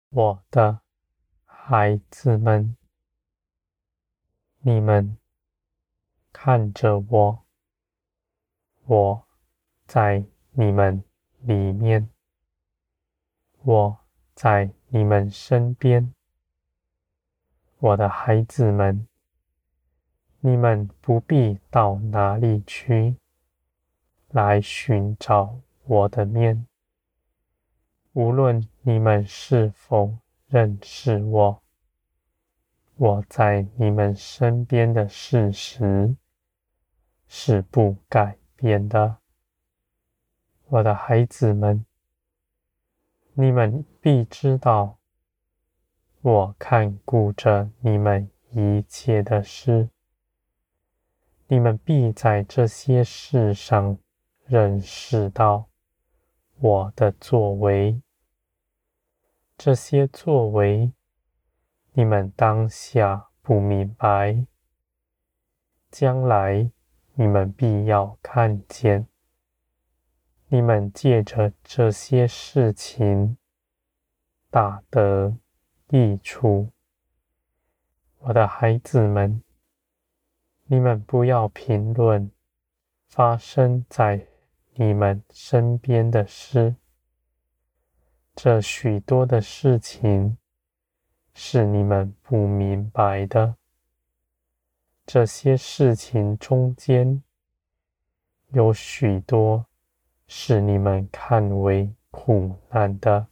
我的孩子们，你们看着我，我在你们里面，我在你们身边。我的孩子们，你们不必到哪里去来寻找我的面，无论你们是否认识我，我在你们身边的事实是不改变的。我的孩子们，你们必知道，我看顾着你们一切的事，你们必在这些事上认识到我的作为。这些作为，你们当下不明白，将来你们必要看见。你们借着这些事情大得益处。我的孩子们，你们不要评论发生在你们身边的事。这许多的事情是你们不明白的。这些事情中间有许多是你们看为苦难的。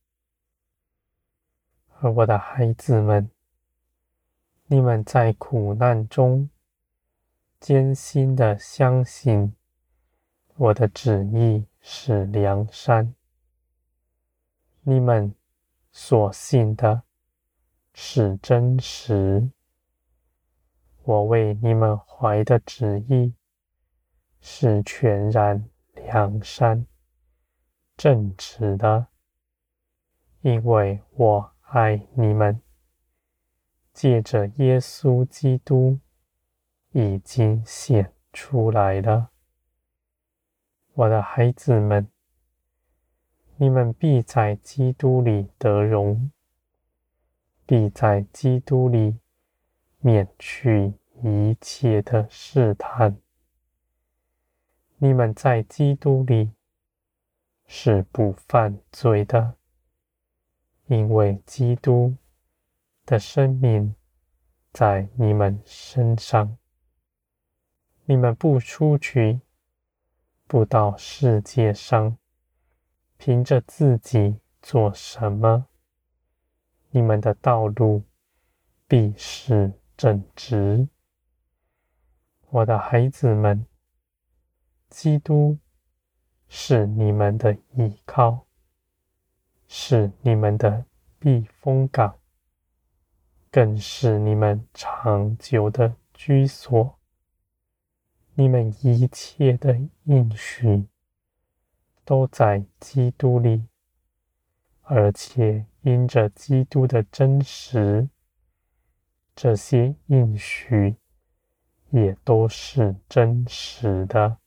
而我的孩子们，你们在苦难中艰辛地相信我的旨意是良善，你们所信的是真实。我为你们怀的旨意是全然良善、正直的，因为我爱你们，借着耶稣基督已经显出来了。我的孩子们，你们必在基督里得荣，必在基督里免去一切的试探。你们在基督里是不犯罪的，因为基督的生命在你们身上。你们不出去，不到世界上，凭着自己做什么，你们的道路必是正直。我的孩子们，基督是你们的依靠，是你们的避风港，更是你们长久的居所。你们一切的应许都在基督里，而且因着基督的真实，这些应许也都是真实的。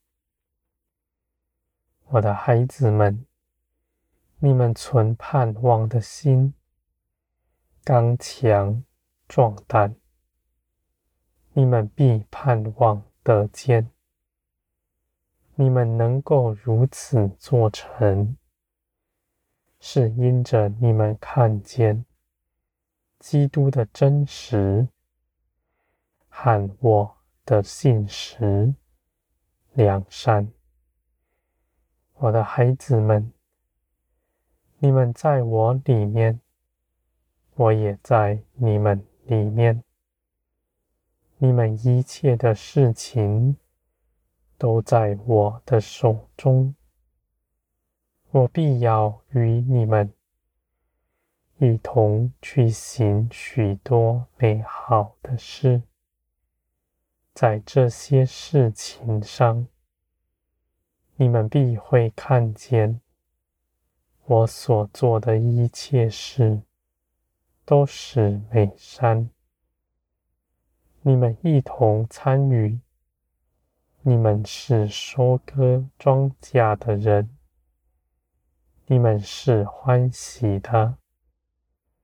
我的孩子们，你们存盼望的心，刚强壮胆，你们必盼望得见。你们能够如此做成，是因着你们看见基督的真实和我的信实、良善。我的孩子们，你们在我里面，我也在你们里面。你们一切的事情都在我的手中，我必要与你们一同去行许多美好的事。在这些事情上，你们必会看见我所做的一切事都是美善。你们一同参与，你们是收割庄稼的人，你们是欢喜的，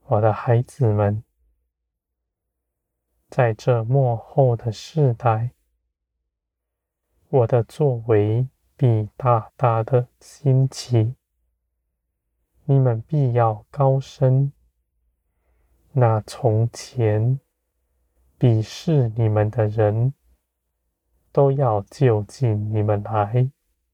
我的孩子们，在这末后的世代，我的作为必大大的兴起，你们必要高升。那从前鄙视你们的人，都要就近你们来，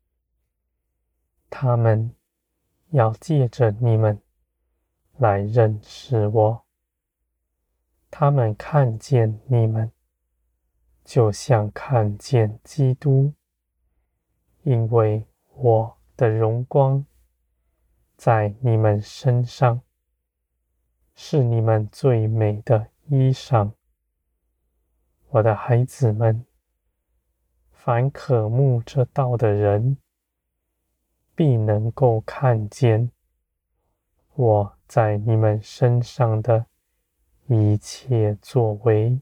他们要借着你们来认识我。他们看见你们，就像看见基督，因为我的荣光在你们身上，是你们最美的衣裳。我的孩子们，凡渴慕这道的人，必能够看见我在你们身上的一切作为，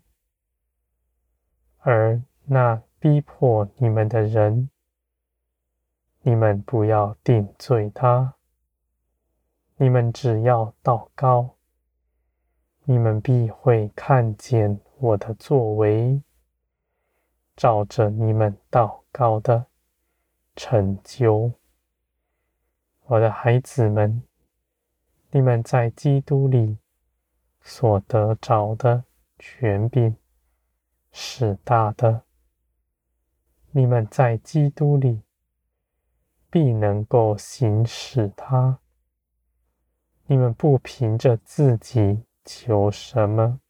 而那逼迫你们的人，你们不要定罪他，你们只要祷告，你们必会看见我的作为，照着你们祷告的成就。我的孩子们，你们在基督里所得着的权柄是大的，你们在基督里必能够行使它。你们不凭着自己求什么，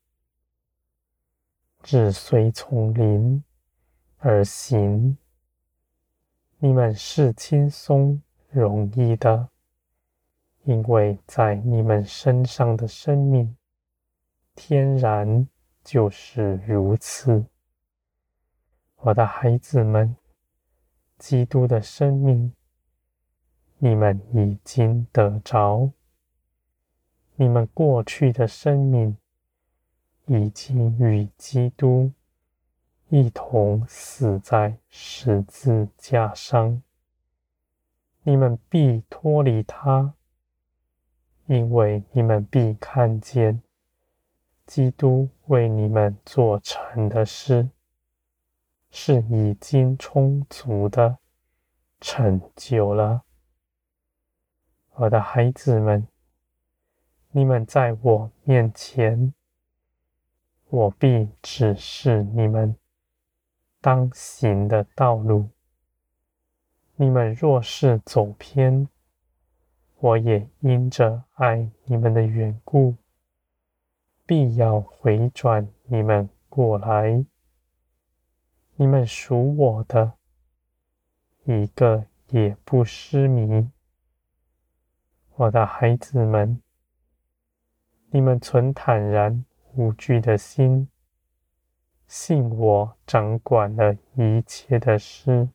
只随从灵而行。你们是轻松容易的，因为在你们身上的生命天然就是如此。我的孩子们，基督的生命你们已经得着，你们过去的生命已经与基督一同死在十字架上，你们必脱离他，因为你们必看见基督为你们做成的事是已经充足的成就了。我的孩子们，你们在我面前，我必指示你们当行的道路。你们若是走偏，我也因着爱你们的缘故，必要回转你们过来。你们属我的，一个也不失迷。我的孩子们，你们存坦然无惧的心，信我掌管了一切的事，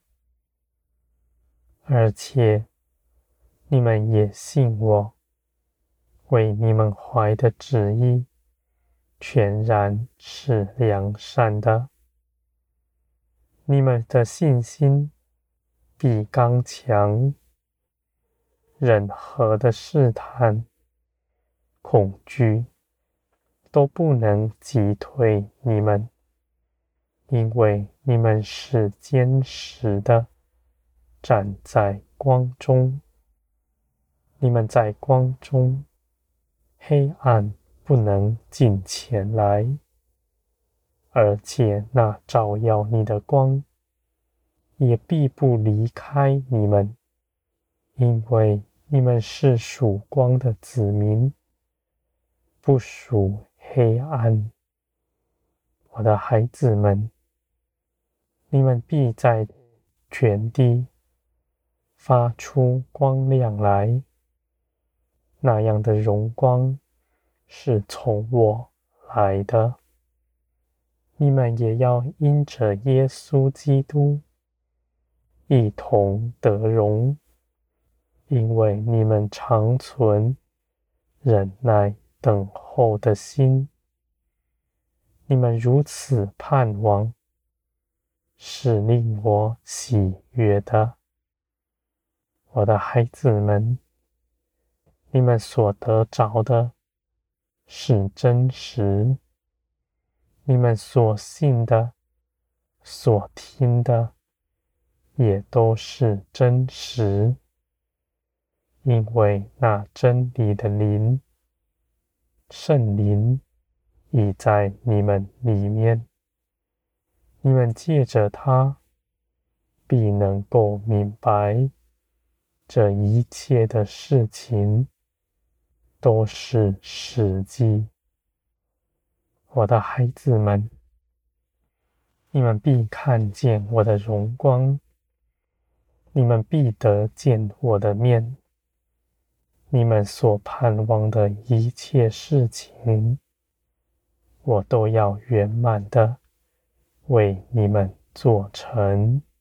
而且你们也信我为你们怀的旨意全然是良善的。你们的信心必刚强，任何的试探、恐惧都不能击退你们，因为你们是坚实的站在光中。你们在光中，黑暗不能近前来，而且那照耀你的光也必不离开你们，因为你们是属光的子民，不属黑暗。我的孩子们，你们必在全地发出光亮来，那样的荣光是从我来的。你们也要因着耶稣基督一同得荣，因为你们常存忍耐等候的心。你们如此盼望，是令我喜悦的。我的孩子们，你们所得着的是真实，你们所信的、所听的，也都是真实，因为那真理的灵，圣灵，已在你们里面，你们借着它，必能够明白，这一切的事情都是实际。我的孩子们，你们必看见我的荣光，你们必得见我的面，你们所盼望的一切事情，我都要圆满的为你们做成。